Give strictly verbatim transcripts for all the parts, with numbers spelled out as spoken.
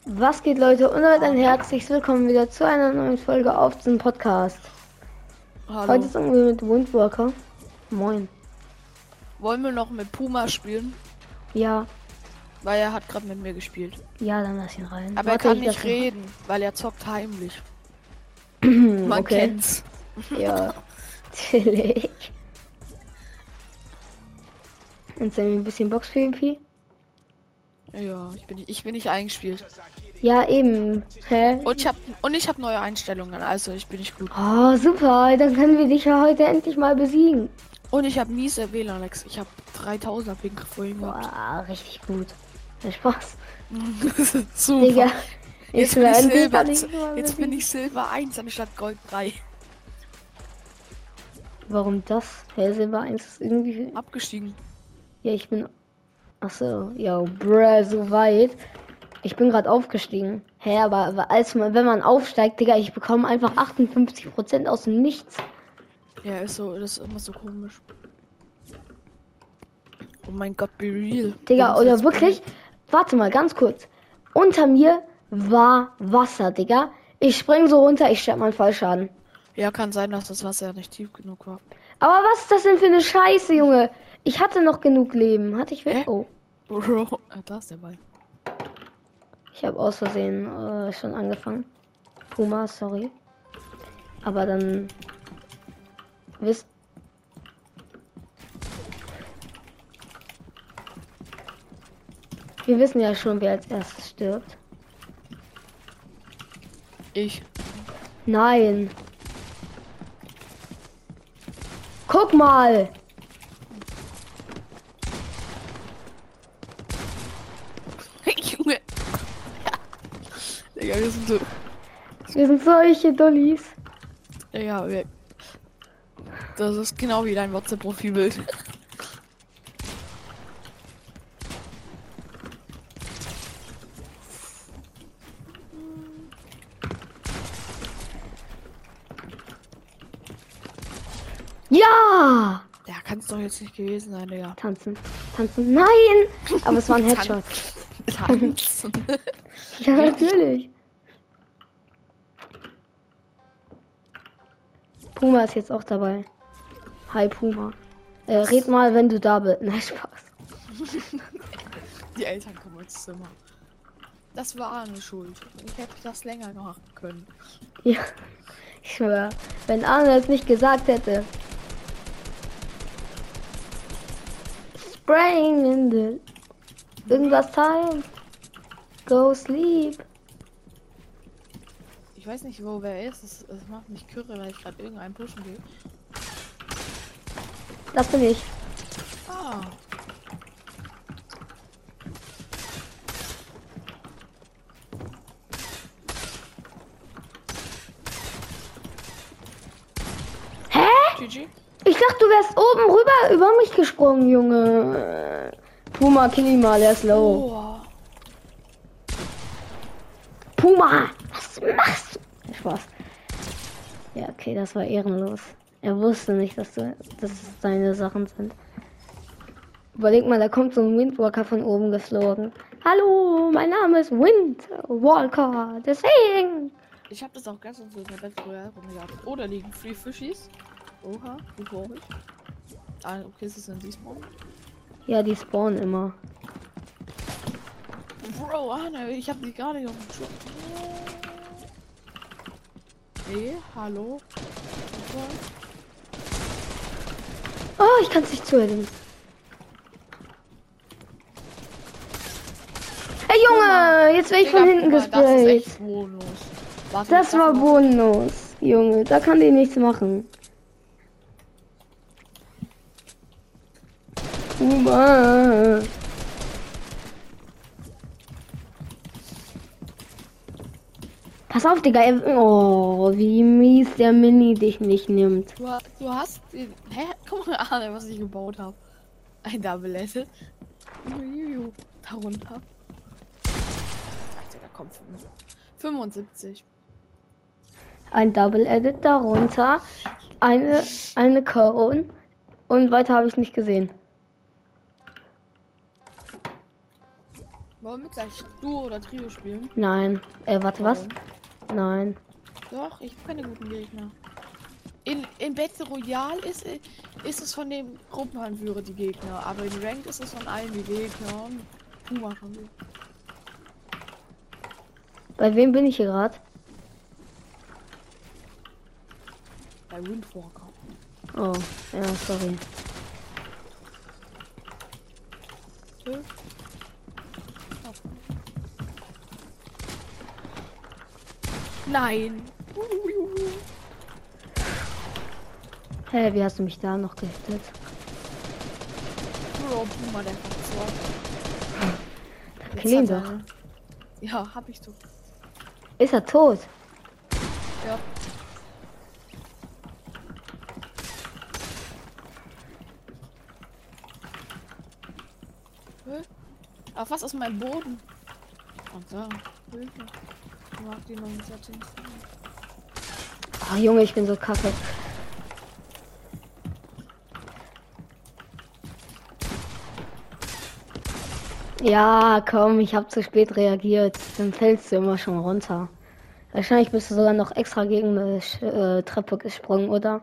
Was geht, Leute? Und damit ein herzliches Willkommen wieder zu einer neuen Folge auf diesem Podcast. Hallo. Heute sind wir mit Windwalker. Moin. Wollen wir noch mit Puma spielen? Ja, Weil er hat gerade mit mir gespielt. ja, dann lass ihn rein. Aber Warte, er kann ich nicht lass reden, weil er zockt heimlich. ihn- Man okay. kennt's. Ja, chillig. Und dann ein bisschen Box-PvP. Ja, ich bin nicht, ich bin nicht eingespielt. Ja, eben. Hä? Und ich hab und ich habe neue Einstellungen, also ich bin nicht gut. Oh, super. Dann können wir dich ja heute endlich mal besiegen. Und ich habe miese W L A N, Alex. Ich habe dreitausender Ping vorhin gehabt. Boah, richtig gut. Ja, Spaß. Super. Digga. Jetzt Ich bin ich, werde Silber, dich z- mal jetzt bin besiegen. ich Silber eins anstatt Gold drei. Warum das? Hä, Silber eins ist irgendwie... Abgestiegen. Ja, ich bin. Achso, ja, bruh, so weit. Ich bin gerade aufgestiegen. Hä, aber, aber als man, wenn man aufsteigt, Digga, ich bekomme einfach achtundfünfzig Prozent aus dem Nichts. Ja, ist so, das ist immer so komisch. Oh mein Gott, be real. Digga, Bin ich oder jetzt wirklich? Warte mal, ganz kurz. Unter mir war Wasser, Digga. Ich spring so runter, ich sterbe mal Fallschaden. Ja, kann sein, dass das Wasser nicht tief genug war. Aber was ist das denn für eine Scheiße, Junge? Ich hatte noch genug Leben. Hatte ich Hä? weg? Oh, Bro, ah, da ist der Ball. ich habe aus Versehen äh, schon angefangen. Puma, sorry. Aber dann wisst. Wir wissen ja schon, wer als erstes stirbt. Ich. Nein. Guck mal. Junge. Digga, wir sind so. Wir sind solche Dollies. Digga, wir. Das ist genau wie dein WhatsApp-Profilbild. Ja. Ja, kann es doch jetzt nicht gewesen sein, Digga. Tanzen. Tanzen. Nein. Aber es war ein Headshot. Tanzen. Ja, natürlich. Puma ist jetzt auch dabei. Hi Puma. Äh, red mal, wenn du da bist. Nein, Spaß. Die Eltern kommen ins Zimmer. Das war eine Schuld. Ich hätte das länger machen können. Ja. Ich schwör. Wenn Arne es nicht gesagt hätte. Spraying in the... Irgendwas time. Go sleep. Ich weiß nicht, wo wer ist. Es, es macht mich kürre, weil ich gerade irgendeinen pushen will. Das bin ich. Ah. Hä? G G. Ich dachte, du wärst oben rüber über mich gesprungen, Junge. Puma, kill ihn mal, er ist low. Oh. Puma, was machst du? Spaß. Ja, okay, das war ehrenlos. Er wusste nicht, dass, du, dass es seine Sachen sind. Überleg mal, da kommt so ein Windwalker von oben geflogen. Hallo, mein Name ist Windwalker. Deswegen. Ich habe das auch gestern so in der Battle Royale Runde gehabt. Oh, da liegen Free Fishies. Oha, wie traurig. Ah, okay, es ist ein Despawn. Ja, die spawnen immer. Bro, Arne, ich habe die gerade auf dem Schirm. Hey, hallo. Oh, ich kann es nicht zuhören. Hey Junge, jetzt werde ich von hinten Das ist gesprayt. echt bonus. Warte, Das ich war darf noch- Bonus, Junge. Da kann die nichts machen. Puma. Pass auf, Digga. er- Oh, wie mies der Mini dich nicht nimmt. Du, ha- du hast den. Hä? Guck mal, Arne, was ich gebaut habe. Ein Double Level. Juju, darunter. Alter, da kommt fünfundsiebzig. Ein Double Edit darunter. Eine, eine Cone. Und weiter habe ich nicht gesehen. Wollen wir gleich Duo oder Trio spielen? Nein. Äh, warte, was? Warum? Nein. Doch, ich habe keine guten Gegner. In, in Battle Royale ist, ist es von dem Gruppenanführer die Gegner, aber in Ranked ist es von allen die Gegner. Und Puma schon gut. Bei wem bin ich hier gerade? Bei Windwalker. Oh, ja, sorry. Okay. Nein. Hä, hey, wie hast du mich da noch gehittet? Bro, Puma, der Faktor. Kill ihn doch. Ja, hab ich doch. Ist er tot? Ja. Hä? Ach, was ist mein Boden? Ach da. Hilfe. Ich mag die neuen Settings. Ach Junge, ich bin so kacke. Ja, komm, ich habe zu spät reagiert. Dann fällst du immer schon runter. Wahrscheinlich bist du sogar noch extra gegen eine äh, Treppe gesprungen, oder?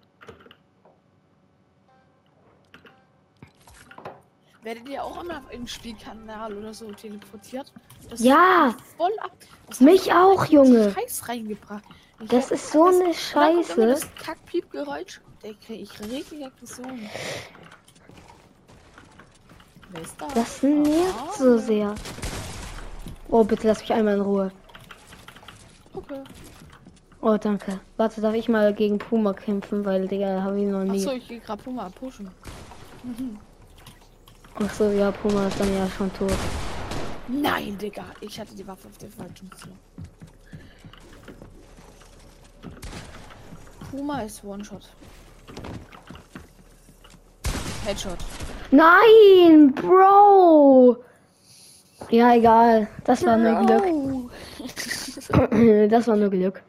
Werdet ihr auch immer im Spielkanal oder so teleportiert? Das Ja! Voll ab. Das Mich auch, Junge! Scheiß reingebracht. Ich Das hab, ist so das, eine Scheiße. Das Kack-Piep-Geräusch. Der krieg ich richtig Aggression. Wer ist da? Das nervt Ah, so sehr. Oh, bitte lass mich einmal in Ruhe. Okay. Oh, danke. Warte, darf ich mal gegen Puma kämpfen, weil, Digga, habe ich noch nie. Achso, ich gehe gerade Puma pushen. Mhm. Ach so, ja, Puma ist dann ja schon tot. Nein, Digga, ich hatte die Waffe auf der falschen Position. Puma ist One-Shot. Headshot. Nein, Bro! Ja, egal. Das war nur Glück. Das war nur Glück.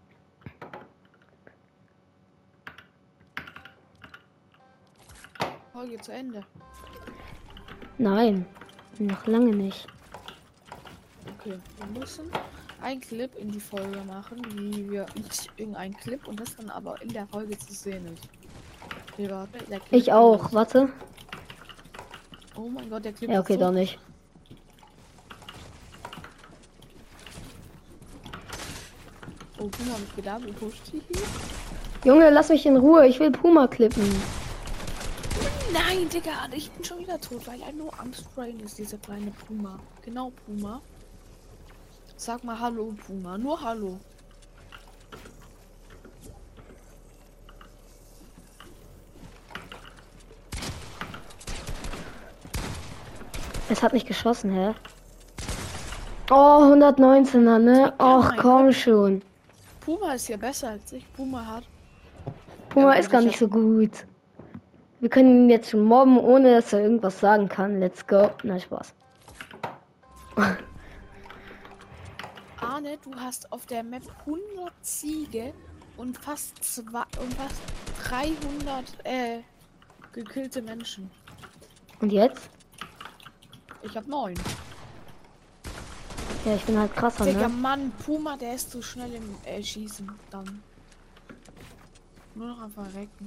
Folge zu Ende. Nein, noch lange nicht. Okay, wir müssen einen Clip in die Folge machen, wie wir nicht irgendein Clip und das dann aber in der Folge zu sehen ist. Okay, warte, der Clip Ich auch, ist- warte. Oh mein Gott, der Clip Ja, okay, ist so. doch nicht. Oh, guck mal, mich gedacht, wo pusht die hier? Junge, lass mich in Ruhe. Ich will Puma klippen. Nein, Digga, ich bin schon wieder tot, weil er nur am Sprayen ist, dieser kleine Puma. Genau, Puma. Sag mal Hallo, Puma. Nur Hallo. Es hat nicht geschossen, hä? Oh, hundertneunzehner, ne? Oh Och, mein komm Gott. schon. Puma ist ja besser als ich. Puma hat. Puma Ja, ist gar ich nicht so gut. Wir können ihn jetzt schon mobben, ohne dass er irgendwas sagen kann. Let's go. Na, Spaß. Arne, du hast auf der Map hundert Ziege und fast zwei und fast dreihundert äh, gekillte Menschen. Und jetzt? Ich hab neun. Ja, ich bin halt krasser, Digga, ne? Mann, Puma, der ist so schnell im äh, Schießen dann. Nur noch einfach recken.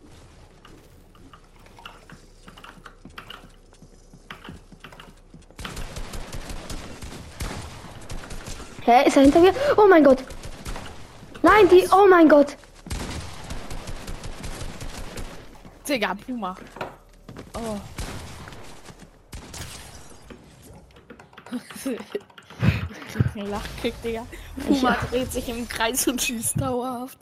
Hä, ist er hinter mir? Oh mein Gott. Nein, die. Oh mein Gott. Digga, Puma. Oh. Ich krieg einen Lachkick, Digga. Puma Ja. dreht sich im Kreis und schießt dauerhaft.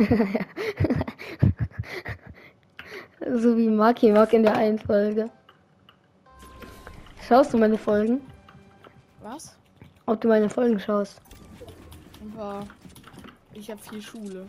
So wie Maki Mark in der einen Folge. Schaust du meine Folgen? Was? Ob du meine Folgen schaust? Aber ich habe viel Schule.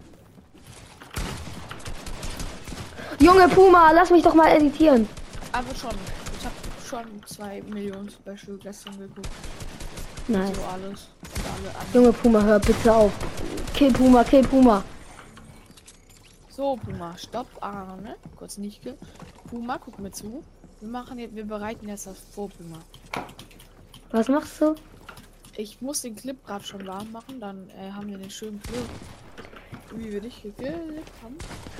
Junge Puma, lass mich doch mal editieren. Aber schon. Ich habe schon zwei Millionen Special gestern geguckt. Nein. So alles. Und alle anderen. Junge Puma, hör bitte auf. Kill Puma, kill Puma. So, Puma, stopp, Arne. Kurz nicht. Ge Puma, guck mir zu. Wir machen jetzt, wir bereiten jetzt das vor, Puma. Was machst du? Ich muss den Clip gerade schon warm machen, dann äh, haben wir den schönen Clip, wie wir dich gekillt haben.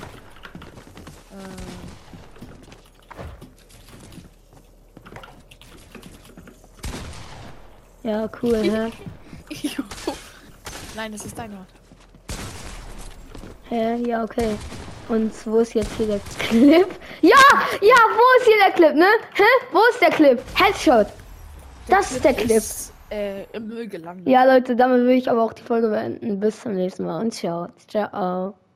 Äh. Ja, cool, hä? Nein, das ist dein Ort. Hä? Ja, okay. Und wo ist jetzt hier der Clip? Ja! Ja, wo ist hier der Clip, ne? Hä? Wo ist der Clip? Headshot! Der Das ist der Clip. Ist, äh, im Müll gelandet. Ja, Leute, damit will ich aber auch die Folge beenden. Bis zum nächsten Mal und ciao. Ciao.